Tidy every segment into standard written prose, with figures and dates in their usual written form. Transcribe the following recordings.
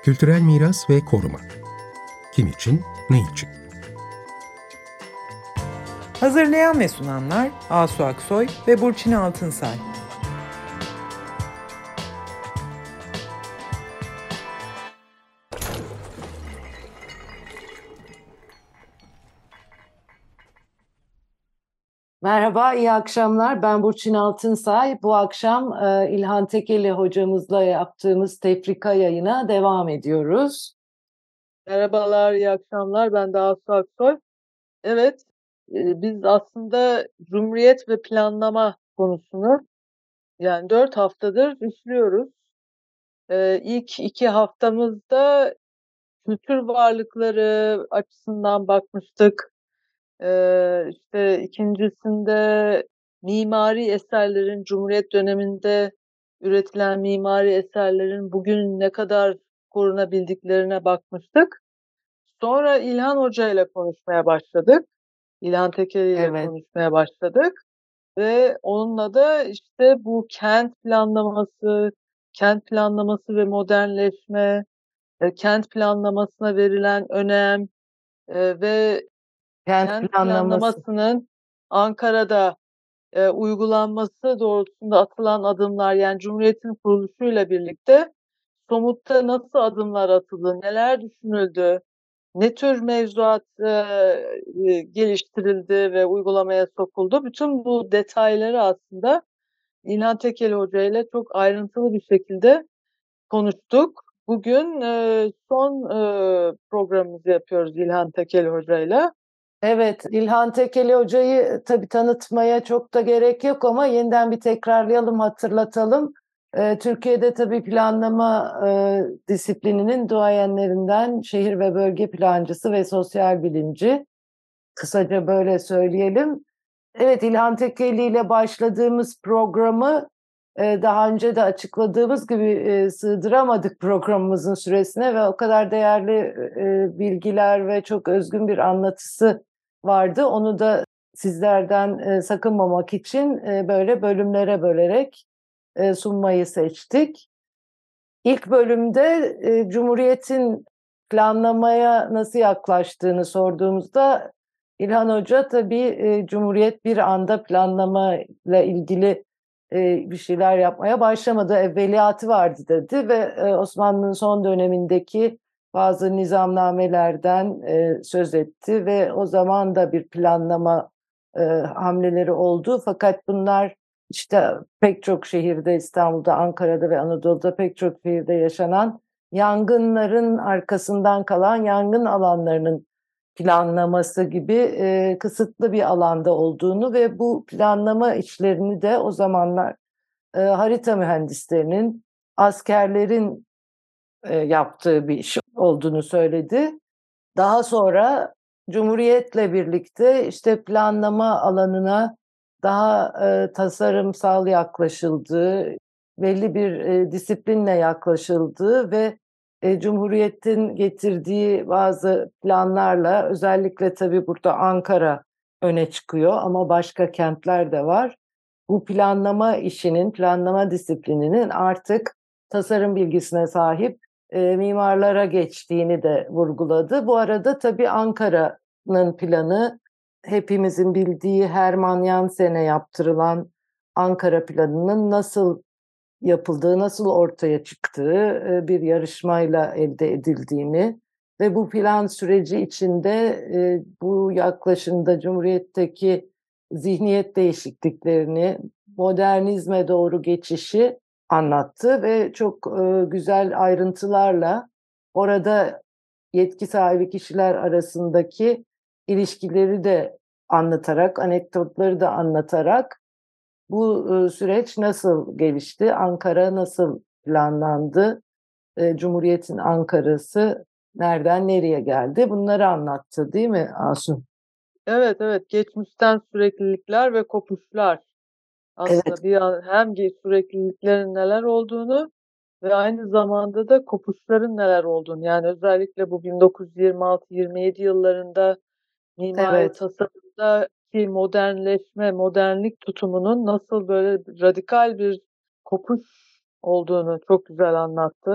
Kültürel miras ve koruma. Kim için, ne için? Hazırlayan ve sunanlar Asu Aksoy ve Burçin Altınsay. Merhaba, iyi akşamlar. Ben Burçin Altınsay. Bu akşam İlhan Tekeli hocamızla yaptığımız tefrika yayına devam ediyoruz. Merhabalar, iyi akşamlar. Ben de Asu Aksoy. Evet, biz aslında Cumhuriyet ve planlama konusunu yani 4 haftadır işliyoruz. İlk 2 haftamızda kültür varlıkları açısından bakmıştık. İşte ikincisinde mimari eserlerin, Cumhuriyet döneminde üretilen mimari eserlerin bugün ne kadar korunabildiklerine bakmıştık. Sonra İlhan Hoca ile konuşmaya başladık. İlhan Tekeli ile Evet. konuşmaya başladık. Ve onunla da işte bu kent planlaması ve modernleşme, kent planlamasına verilen önem ve Kent kent planlaması. planlamasının Ankara'da uygulanması doğrultusunda atılan adımlar, yani Cumhuriyet'in kuruluşuyla birlikte somutta nasıl adımlar atıldı, neler düşünüldü, ne tür mevzuat geliştirildi ve uygulamaya sokuldu. Bütün bu detayları aslında İlhan Tekeli Hoca ile çok ayrıntılı bir şekilde konuştuk. Bugün son programımızı yapıyoruz İlhan Tekeli Hoca ile. Evet, İlhan Tekeli hocayı tabii tanıtmaya çok da gerek yok ama yeniden bir tekrarlayalım, hatırlatalım. Türkiye'de tabii planlama disiplininin duayenlerinden şehir ve bölge plancısı ve sosyal bilimci. Kısaca böyle söyleyelim. Evet, İlhan Tekeli ile başladığımız programı daha önce de açıkladığımız gibi sığdıramadık programımızın süresine ve o kadar değerli bilgiler ve çok özgün bir anlatısı vardı. Onu da sizlerden sakınmamak için böyle bölümlere bölerek sunmayı seçtik. İlk bölümde Cumhuriyet'in planlamaya nasıl yaklaştığını sorduğumuzda İlhan Hoca tabii Cumhuriyet bir anda planlamayla ilgili bir şeyler yapmaya başlamadı. Evveliyatı vardı dedi ve Osmanlı'nın son dönemindeki bazı nizamnamelerden söz etti ve o zaman da bir planlama hamleleri oldu. Fakat bunlar işte pek çok şehirde, İstanbul'da, Ankara'da ve Anadolu'da pek çok şehirde yaşanan yangınların arkasından kalan yangın alanlarının planlaması gibi kısıtlı bir alanda olduğunu ve bu planlama işlerini de o zamanlar harita mühendislerinin, askerlerin yaptığı bir iş olduğunu söyledi. Daha sonra Cumhuriyet'le birlikte işte planlama alanına daha tasarımsal yaklaşıldığı, belli bir disiplinle yaklaşıldığı ve Cumhuriyet'in getirdiği bazı planlarla, özellikle tabii burada Ankara öne çıkıyor ama başka kentler de var. Bu planlama işinin, planlama disiplininin artık tasarım bilgisine sahip mimarlara geçtiğini de vurguladı. Bu arada tabii Ankara'nın planı, hepimizin bildiği Hermann Jansen'e yaptırılan Ankara planının nasıl yapıldığı, nasıl ortaya çıktığı bir yarışmayla elde edildiğini ve bu plan süreci içinde bu yaklaşımda Cumhuriyet'teki zihniyet değişikliklerini, modernizme doğru geçişi anlattı ve çok güzel ayrıntılarla orada yetki sahibi kişiler arasındaki ilişkileri de anlatarak, anekdotları da anlatarak bu süreç nasıl gelişti, Ankara nasıl planlandı, Cumhuriyet'in Ankara'sı nereden nereye geldi, bunları anlattı değil mi Asu? Evet, evet, geçmişten süreklilikler ve kopuşlar. Evet, Aslında hem sürekliliklerin neler olduğunu ve aynı zamanda da kopuşların neler olduğunu, yani özellikle bu 1926-27 yıllarında mimari evet. tasarımdaki modernleşme, modernlik tutumunun nasıl böyle radikal bir kopuş olduğunu çok güzel anlattı.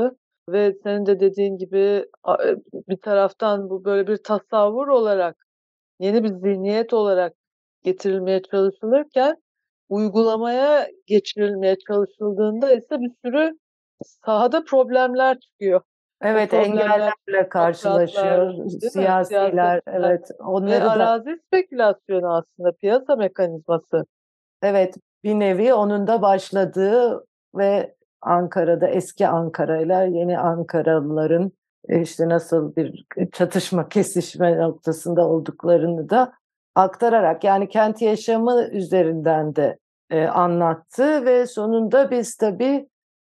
ve senin de dediğin gibi bir taraftan bu böyle bir tasavvur olarak, yeni bir zihniyet olarak getirilmeye çalışılırken uygulamaya geçirilmeye çalışıldığında ise bir sürü sahada problemler çıkıyor. O Evet, problemler engellerle bürokratlar, karşılaşıyor, değil mi? siyasiler, Siyasetçiler evet, ve onları da, arazi spekülasyonu aslında piyasa mekanizması. evet, bir nevi onun da başladığı ve Ankara'da eski Ankara'yla yeni Ankaralıların işte nasıl bir çatışma, kesişme noktasında olduklarını da aktararak, yani kent yaşamı üzerinden de anlattı ve sonunda biz tabii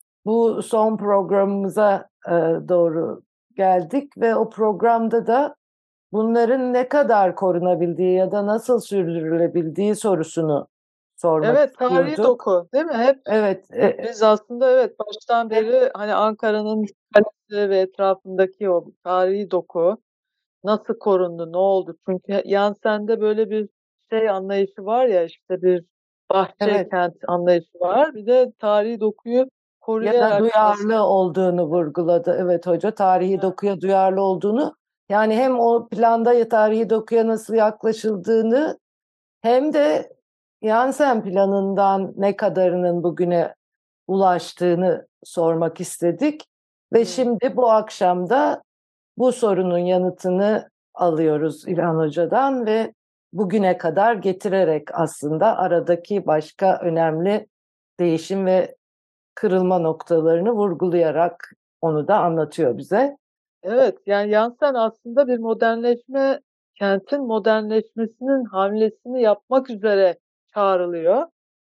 bu son programımıza doğru geldik ve o programda da bunların ne kadar korunabildiği ya da nasıl sürdürülebildiği sorusunu sormak Evet, tarihi istiyorduk. doku, değil mi? Hep Evet, biz aslında evet baştan beri hani Ankara'nın kalesi ve etrafındaki o tarihi doku nasıl korundu, ne oldu? Çünkü Yansen'de böyle bir şey anlayışı var ya, işte bir bahçe evet, kent anlayışı var. Bir de tarihi dokuyu ya da koruyarak duyarlı olduğunu vurguladı. Evet hoca, tarihi dokuya duyarlı olduğunu. Yani hem o planda ya tarihi dokuya nasıl yaklaşıldığını hem de Yansen planından ne kadarının bugüne ulaştığını sormak istedik. Ve şimdi bu akşam da bu sorunun yanıtını alıyoruz İlhan Hoca'dan ve bugüne kadar getirerek aslında aradaki başka önemli değişim ve kırılma noktalarını vurgulayarak onu da anlatıyor bize. Evet, yani Yansen aslında bir modernleşme, kentin modernleşmesinin hamlesini yapmak üzere çağrılıyor.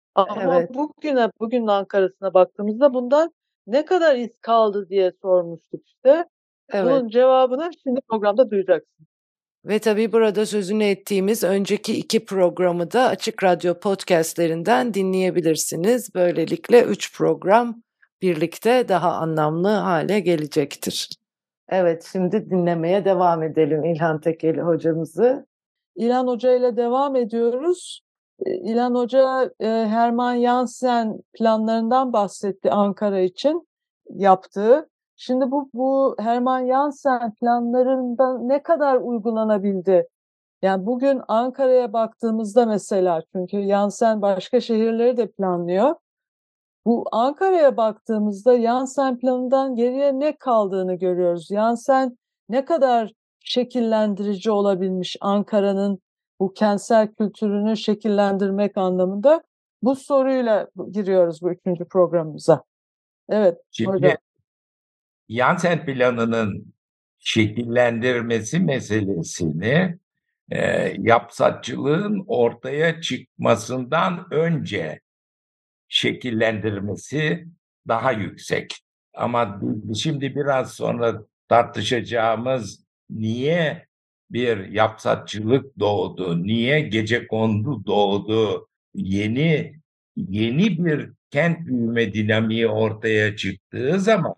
Ama Evet, bugünün Ankara'sına baktığımızda bundan ne kadar iz kaldı diye sormuştuk işte. evet. Bunun cevabını şimdi programda duyacaksın. Ve tabii burada sözünü ettiğimiz önceki 2 programı da Açık Radyo podcastlerinden dinleyebilirsiniz. Böylelikle 3 program birlikte daha anlamlı hale gelecektir. Evet, şimdi dinlemeye devam edelim İlhan Tekeli hocamızı. İlhan Hoca ile devam ediyoruz. İlhan Hoca Hermann Jansen planlarından bahsetti Ankara için yaptığı. Şimdi bu Hermann Jansen planlarında ne kadar uygulanabildi? Yani bugün Ankara'ya baktığımızda mesela, çünkü Jansen başka şehirleri de planlıyor. Bu Ankara'ya baktığımızda Jansen planından geriye ne kaldığını görüyoruz. Jansen ne kadar şekillendirici olabilmiş Ankara'nın bu kentsel kültürünü şekillendirmek anlamında, bu soruyla giriyoruz bu 3. programımıza. Evet Şimdi hocam. Jansen planının şekillendirmesi meselesini yapsatçılığın ortaya çıkmasından önce şekillendirmesi daha yüksek. Ama şimdi biraz sonra tartışacağımız niye bir yapsatçılık doğdu, niye gecekondu doğdu, yeni bir kent büyüme dinamiği ortaya çıktığı zaman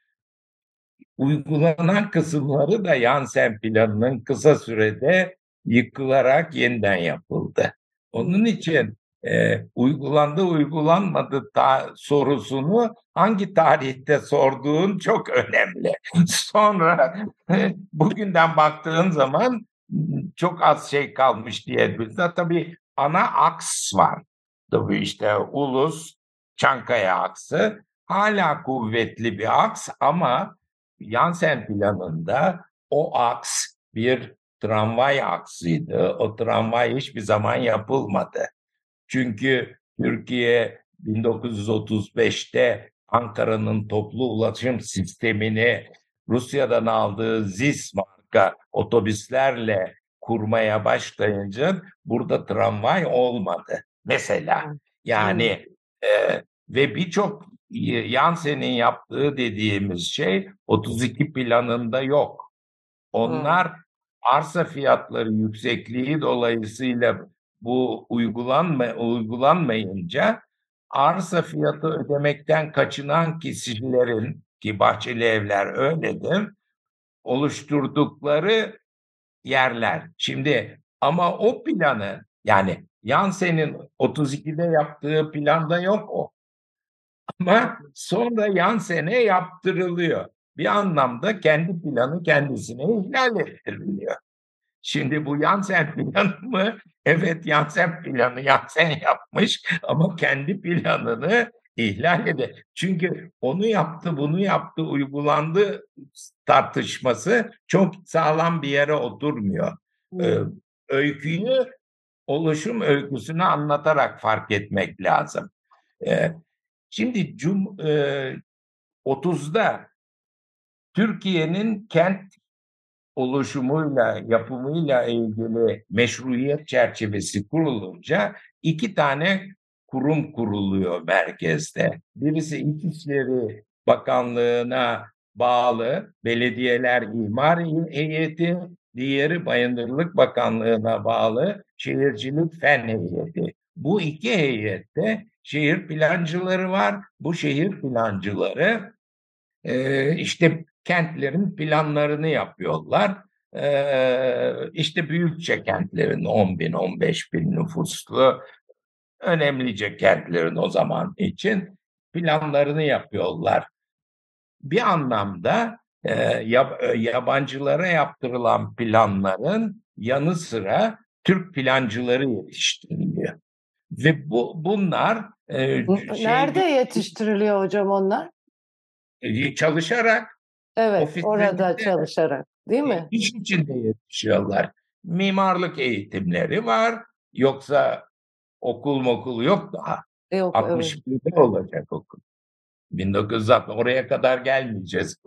uygulanan kısımları da Jansen planının kısa sürede yıkılarak yeniden yapıldı. Onun için uygulandı uygulanmadı sorusunu hangi tarihte sorduğun çok önemli. Sonra bugünden baktığın zaman çok az şey kalmış diyebiliriz. Tabii ana aks var. Tabii işte Ulus, Çankaya aksı hala kuvvetli bir aks ama Jansen planında o aks bir tramvay aksıydı. O tramvay hiçbir zaman yapılmadı. Çünkü Türkiye 1935'te Ankara'nın toplu ulaşım sistemini Rusya'dan aldığı ZIS marka otobüslerle kurmaya başlayınca burada tramvay olmadı. Mesela yani ve birçok Jansen'in yaptığı dediğimiz şey 32 planında yok. Onlar arsa fiyatları yüksekliği dolayısıyla bu uygulanmayınca arsa fiyatı ödemekten kaçınan kişilerin, ki Bahçeli Evler öyledir, oluşturdukları yerler. Şimdi ama o planı, yani Jansen'in 32'de yaptığı planda yok o. Ama sonra Jansen'e yaptırılıyor. bir anlamda kendi planı kendisine ihlal ettiriliyor. Şimdi bu Yansen planı mı? Evet, Yansen planı Yansen yapmış ama kendi planını ihlal eder. Çünkü onu yaptı, bunu yaptı, uygulandı tartışması çok sağlam bir yere oturmuyor. Öyküyü oluşum öyküsünü anlatarak fark etmek lazım. Şimdi 30'da Türkiye'nin kent oluşumuyla, yapımıyla ilgili meşruiyet çerçevesi kurulunca 2 tane kurum kuruluyor merkezde. Birisi İçişleri Bakanlığı'na bağlı Belediyeler İmar Heyeti, diğeri Bayındırlık Bakanlığı'na bağlı Şehircilik Fen Heyeti. Bu 2 heyette şehir plancıları var. Bu şehir plancıları işte kentlerin planlarını yapıyorlar. İşte büyükçe kentlerin 10 bin, 15 bin nüfuslu önemlice kentlerin o zaman için planlarını yapıyorlar. Bir anlamda yabancılara yaptırılan planların yanı sıra Türk plancıları yetiştiriliyor. Ve bunlar Nerede yetiştiriliyor hocam onlar? Çalışarak, Evet, ofislerinde, orada çalışarak, değil mi? iş içinde yetişiyorlar. Mimarlık eğitimleri var. Yoksa okul yok daha. Yok, evet. 61'de olacak okul. 1960 oraya kadar gelmeyeceğiz.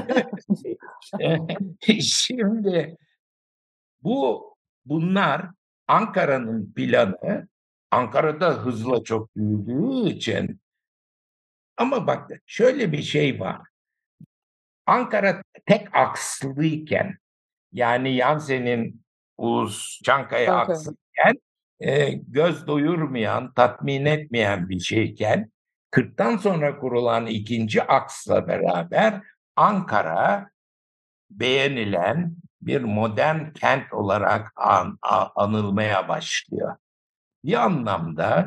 Şimdi bunlar Ankara'nın planı. Ankara'da hızla çok büyüdüğü için, ama bak şöyle bir şey var. Ankara tek akslıyken, yani Yansen'in Çankaya aksıyken, göz doyurmayan, tatmin etmeyen bir şeyken, 40'tan sonra kurulan ikinci aksla beraber Ankara beğenilen bir modern kent olarak anılmaya başlıyor. Bir anlamda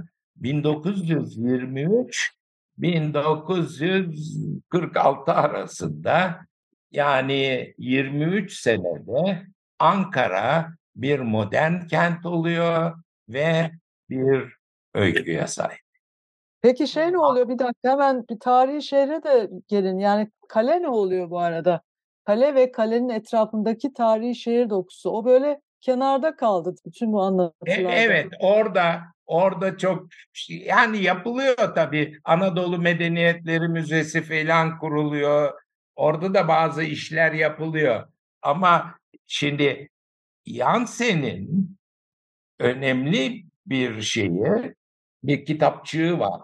1923-1946 arasında, yani 23 senede Ankara bir modern kent oluyor ve bir öyküye sahip. Peki ne oluyor? Bir dakika, hemen bir tarihi şehre de gelin. Yani kale ne oluyor bu arada? Kale ve kalenin etrafındaki tarihi şehir dokusu. O böyle kenarda kaldı bütün bu anlatılarda. Evet, orada çok yani yapılıyor tabii. Anadolu Medeniyetleri Müzesi falan kuruluyor. Orada da bazı işler yapılıyor. Ama şimdi Yansen'in önemli bir bir kitapçığı var.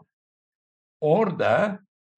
Orada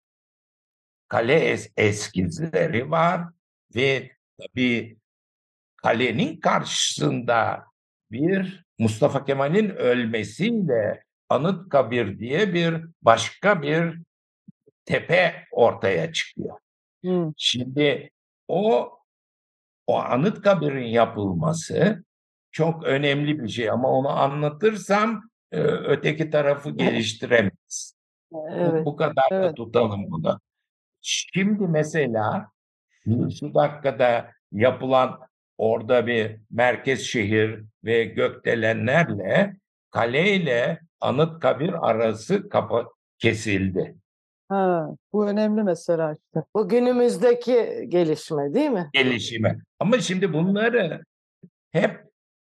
kale eskizleri var ve tabii kalenin karşısında bir Mustafa Kemal'in ölmesiyle Anıtkabir diye başka bir tepe ortaya çıkıyor. Şimdi o Anıtkabir'in yapılması çok önemli bir şey, ama onu anlatırsam öteki tarafı geliştiremeyiz. Evet. Bu kadar da tutalım bunu. Şimdi mesela şu dakikada yapılan orada bir merkez şehir ve gökdelenlerle kaleyle Anıtkabir arası kesildi. Bu önemli mesela işte. Bu günümüzdeki gelişme, değil mi? Gelişimi. Ama şimdi bunları hep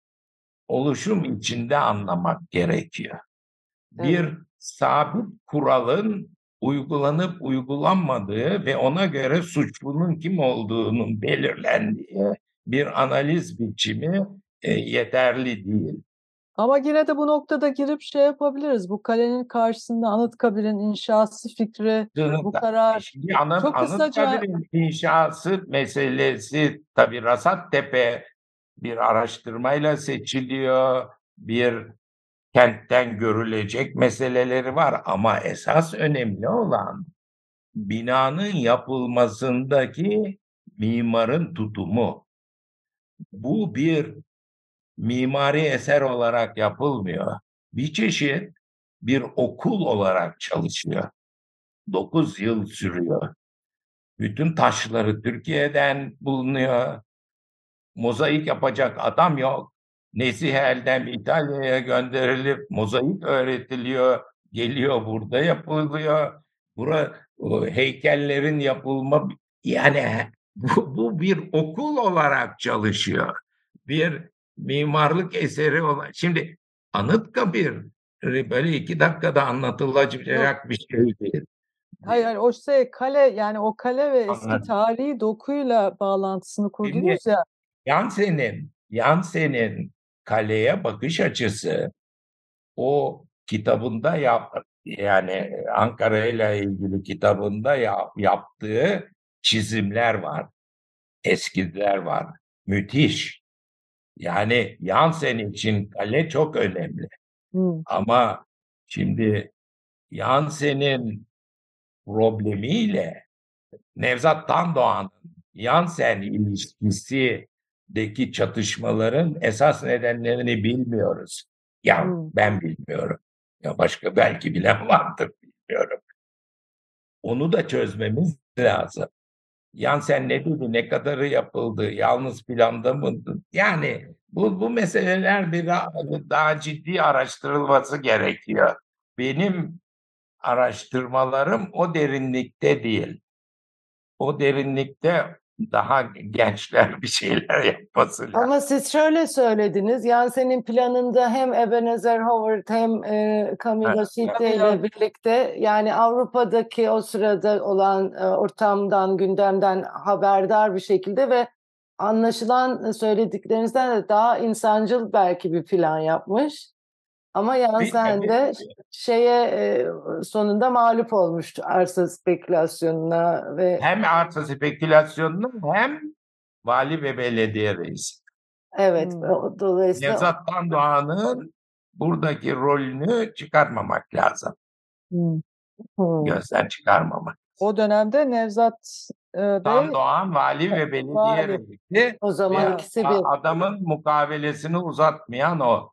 oluşum içinde anlamak gerekiyor. Bir sabit kuralın uygulanıp uygulanmadığı ve ona göre suçlunun kim olduğunun belirlendiği bir analiz biçimi yeterli değil. Ama yine de bu noktada girip yapabiliriz. Bu kalenin karşısında Anıtkabir'in inşası fikri, bu karar. Şimdi Çok kısaca Anıtkabir'in inşası meselesi tabii Rasattepe bir araştırmayla seçiliyor. Bir kentten görülecek meseleleri var, ama esas önemli olan binanın yapılmasındaki mimarın tutumu. Bu bir mimari eser olarak yapılmıyor. Bir çeşit bir okul olarak çalışıyor. 9 yıl sürüyor. Bütün taşları Türkiye'den bulunuyor. Mozaik yapacak adam yok. Nesih elden İtalya'ya gönderilip mozaik öğretiliyor. Geliyor burada yapılıyor. O heykellerin yapılma yani bu bir okul olarak çalışıyor. Bir mimarlık eseri olan. Şimdi Anıtkabir böyle 2 dakikada anlatılacak bir şey değil. Hayır, o kale, yani o kale ve eski Anladım. tarihi dokuyla bağlantısını Şimdi kurdunuz ya. Yansen'in kaleye bakış açısı o kitabında yani Ankara ile ilgili kitabında yaptığı çizimler var, eskizler var. Müthiş. Yani Yansen için kale çok önemli. Hı. Ama şimdi Yansen'in problemiyle Nevzat Tandoğan'ın Yansen ilişkisideki çatışmaların esas nedenlerini bilmiyoruz. Ya ben bilmiyorum. Ya başka belki bilen vardır, bilmiyorum. Onu da çözmemiz lazım. Yansen ne dedi, ne kadarı yapıldı, yalnız planda mıydı? Yani bu meseleler daha ciddi araştırılması gerekiyor. Benim araştırmalarım o derinlikte değil. O derinlikte daha gençler bir şeyler yapması lazım. Ama siz şöyle söylediniz, Yansen'in planında hem Ebenezer Howard hem Camillo Sitte ile birlikte, yani Avrupa'daki o sırada olan ortamdan, gündemden haberdar bir şekilde ve anlaşılan söylediklerinizden de daha insancıl belki bir plan yapmış. Ama Yansen de sonunda mağlup olmuştu arsa spekülasyonuna ve Hem arsa spekülasyonuna hem vali ve belediye reisi. evet, dolayısıyla Nevzat Tandoğan'ın buradaki rolünü çıkarmamak lazım. Gözden çıkarmamak. O dönemde Nevzat Bey Tandoğan vali ve belediye Vali. reisi o zaman ve ikisi bir. adamın mukavelesini uzatmayan o.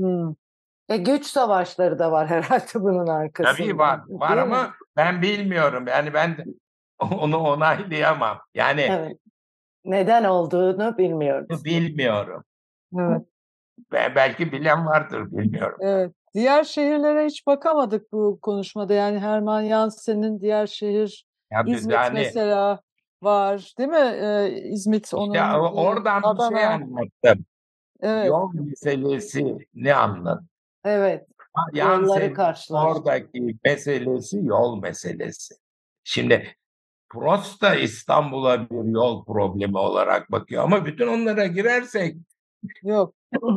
Güç savaşları da var herhalde bunun arkasında. Tabii var Değil ama mi? ben bilmiyorum. Yani ben onu onaylayamam. Yani Evet. Neden olduğunu bilmiyoruz. bilmiyorum. Evet. Belki bilen vardır, bilmiyorum. Evet. Diğer şehirlere hiç bakamadık bu konuşmada. Yani Hermann Jansen'in diğer şehir, Yani İzmit mesela var, değil mi? İzmit İşte onun, oradan bir şey Adana. anlattım. Evet. Yol meselesi ne anlattım? Evet. Yani Yolları karşılaştı. oradaki meselesi yol meselesi. Şimdi Prost da İstanbul'a bir yol problemi olarak bakıyor ama bütün onlara girersek Yok.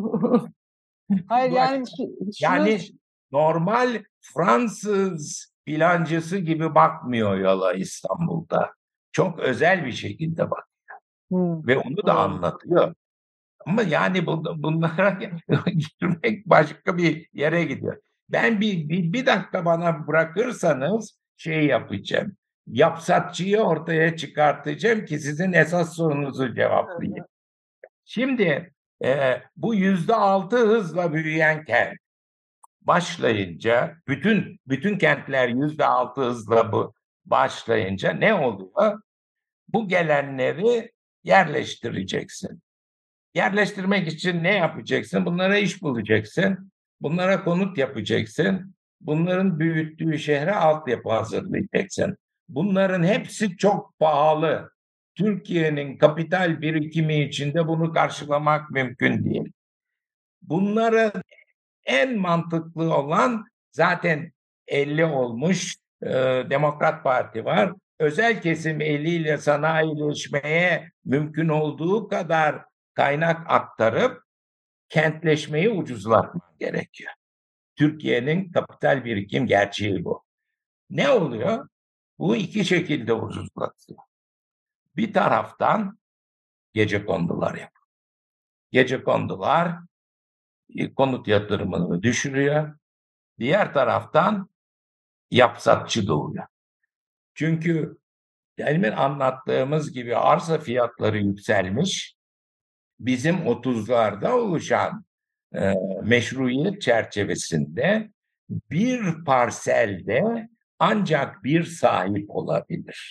Hayır, yani yani normal Fransız plancısı gibi bakmıyor yola İstanbul'da. Çok özel bir şekilde bak ve onu da anlatıyor. Ama yani bunlara girmek başka bir yere gidiyor. Ben bir dakika bana bırakırsanız şey yapacağım. Yapsatçıyı ortaya çıkartacağım ki sizin esas sorunuzu cevaplayayım. Şimdi bu %6 hızla büyüyen kent başlayınca bütün kentler %6 hızla başlayınca ne oluyor? Bu gelenleri yerleştireceksin. Yerleştirmek için ne yapacaksın? Bunlara iş bulacaksın. Bunlara konut yapacaksın. Bunların büyüttüğü şehre altyapı hazırlayacaksın. Bunların hepsi çok pahalı. Türkiye'nin kapital birikimi içinde bunu karşılamak mümkün değil. Bunları en mantıklı olan zaten 50 olmuş Demokrat Parti var. Özel kesim eliyle sanayileşmeye mümkün olduğu kadar kaynak aktarıp kentleşmeyi ucuzlatmak gerekiyor. Türkiye'nin kapital birikim gerçeği bu. Ne oluyor? Bu iki şekilde ucuzlatıyor. Bir taraftan gecekondular yapıyor. Gecekondular konut yatırımını düşürüyor. Diğer taraftan yapsatçı doğuyor. Çünkü demin anlattığımız gibi arsa fiyatları yükselmiş. Bizim 30'larda oluşan meşruiyet çerçevesinde bir parselde ancak bir sahip olabilir.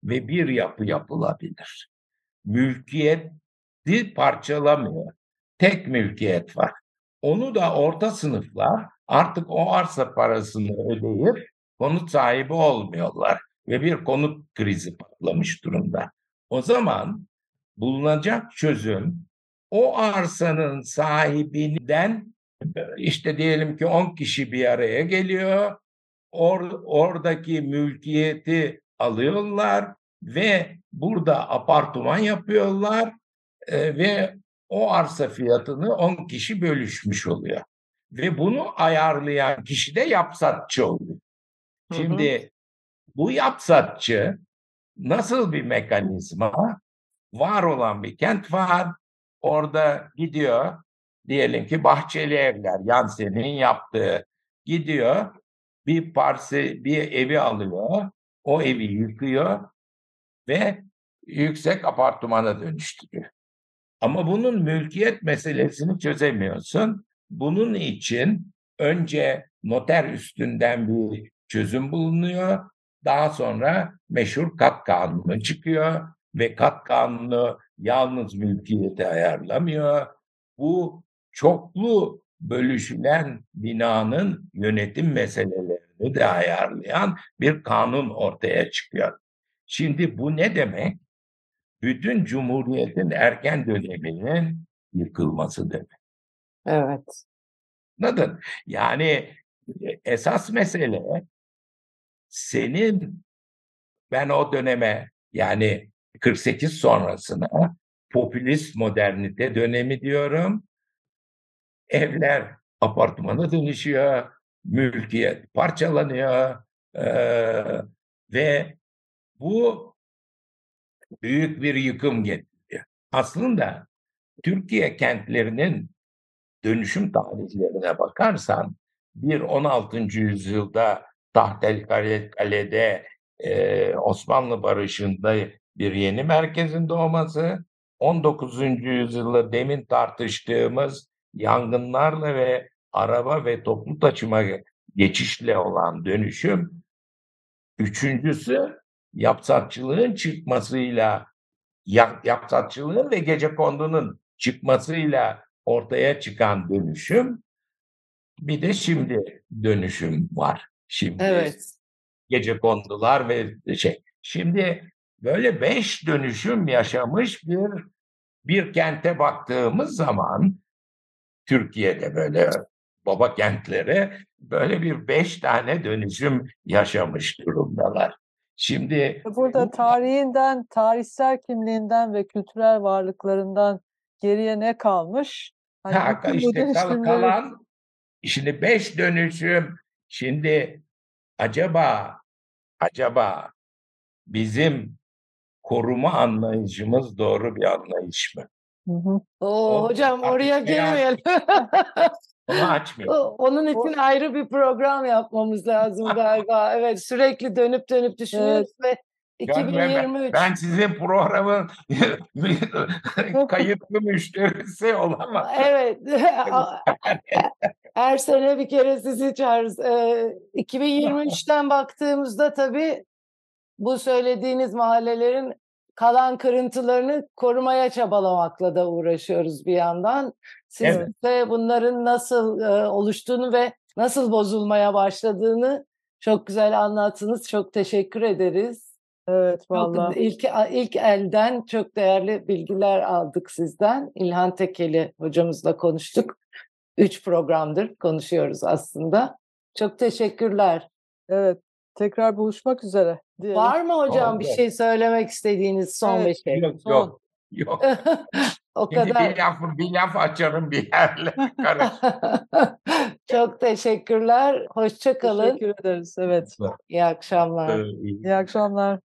ve bir yapı yapılabilir. Mülkiyeti parçalamıyor. Tek mülkiyet var. Onu da orta sınıflar artık o arsa parasını ödeyip konut sahibi olmuyorlar ve bir konut krizi patlamış durumda. O zaman bulunacak çözüm o arsanın sahibinden işte diyelim ki 10 kişi bir araya geliyor. Oradaki mülkiyeti alıyorlar ve burada apartman yapıyorlar ve o arsa fiyatını 10 kişi bölüşmüş oluyor. Ve bunu ayarlayan kişi de yapsatçı oluyor. Şimdi bu yapsatçı nasıl bir mekanizma? Var olan bir kent var. Orada gidiyor. Diyelim ki Bahçeli Evler, Yansen'in yaptığı. Gidiyor bir evi alıyor. O evi yıkıyor ve yüksek apartmana dönüştürüyor. Ama bunun mülkiyet meselesini çözemiyorsun. Bunun için önce noter üstünden bir çözüm bulunuyor. Daha sonra meşhur kat kanunu çıkıyor ve kat kanunu yalnız mülkiyeti ayarlamıyor. Bu çoklu bölüşülen binanın yönetim meselelerini de ayarlayan bir kanun ortaya çıkıyor. Şimdi bu ne demek? Bütün Cumhuriyet'in erken döneminin yıkılması demek. Evet. Anladın? Yani esas mesele ben o döneme yani 48 sonrasına popülist modernite dönemi diyorum. Evler apartmana dönüşüyor, mülkiyet parçalanıyor ve bu büyük bir yıkım getiriyor. Aslında Türkiye kentlerinin dönüşüm tarihlerine bakarsan 16. yüzyılda Tahtelkale'de Osmanlı Barışı'nda bir yeni merkezin doğması, 19. yüzyılda demin tartıştığımız yangınlarla ve araba ve toplu taşıma geçişle olan dönüşüm, üçüncüsü yapsatçılığın çıkmasıyla yapsatçılığın ve gecekondunun çıkmasıyla ortaya çıkan dönüşüm, bir de şimdi dönüşüm var. Şimdi Evet. gecekondular ve Şimdi böyle 5 dönüşüm yaşamış bir kente baktığımız zaman Türkiye'de böyle baba kentlere böyle bir 5 tane dönüşüm yaşamış durumdalar. Şimdi Burada tarihsel kimliğinden ve kültürel varlıklarından geriye ne kalmış? Hani bütün bu işte dönüşümleri kalan şimdi 5 dönüşüm. Şimdi acaba bizim koruma anlayışımız doğru bir anlayış mı? Hocam oraya girmeyelim. Onu açmayayım. Onun için ayrı bir program yapmamız lazım galiba. Evet, sürekli dönüp düşünüyoruz ve 2023. Ben sizin programın kayıtlı müşterisi olamam. Evet. Her sene bir kere sizi çağırırız. 2023'ten baktığımızda tabii bu söylediğiniz mahallelerin kalan kırıntılarını korumaya çabalamakla da uğraşıyoruz bir yandan. Siz de bunların nasıl oluştuğunu ve nasıl bozulmaya başladığını çok güzel anlattınız. Çok teşekkür ederiz. Evet vallahi. İlk elden çok değerli bilgiler aldık sizden. İlhan Tekeli hocamızla konuştuk. 3 programdır konuşuyoruz aslında. Çok teşekkürler. Evet. Tekrar buluşmak üzere diyelim. Var mı hocam bir şey söylemek istediğiniz son bir şey? Yok. O Şimdi kadar. bir laf açarım bir yerle karışır. Çok teşekkürler. Hoşça kalın. Teşekkür ederiz. Evet. İyi akşamlar. İyi akşamlar.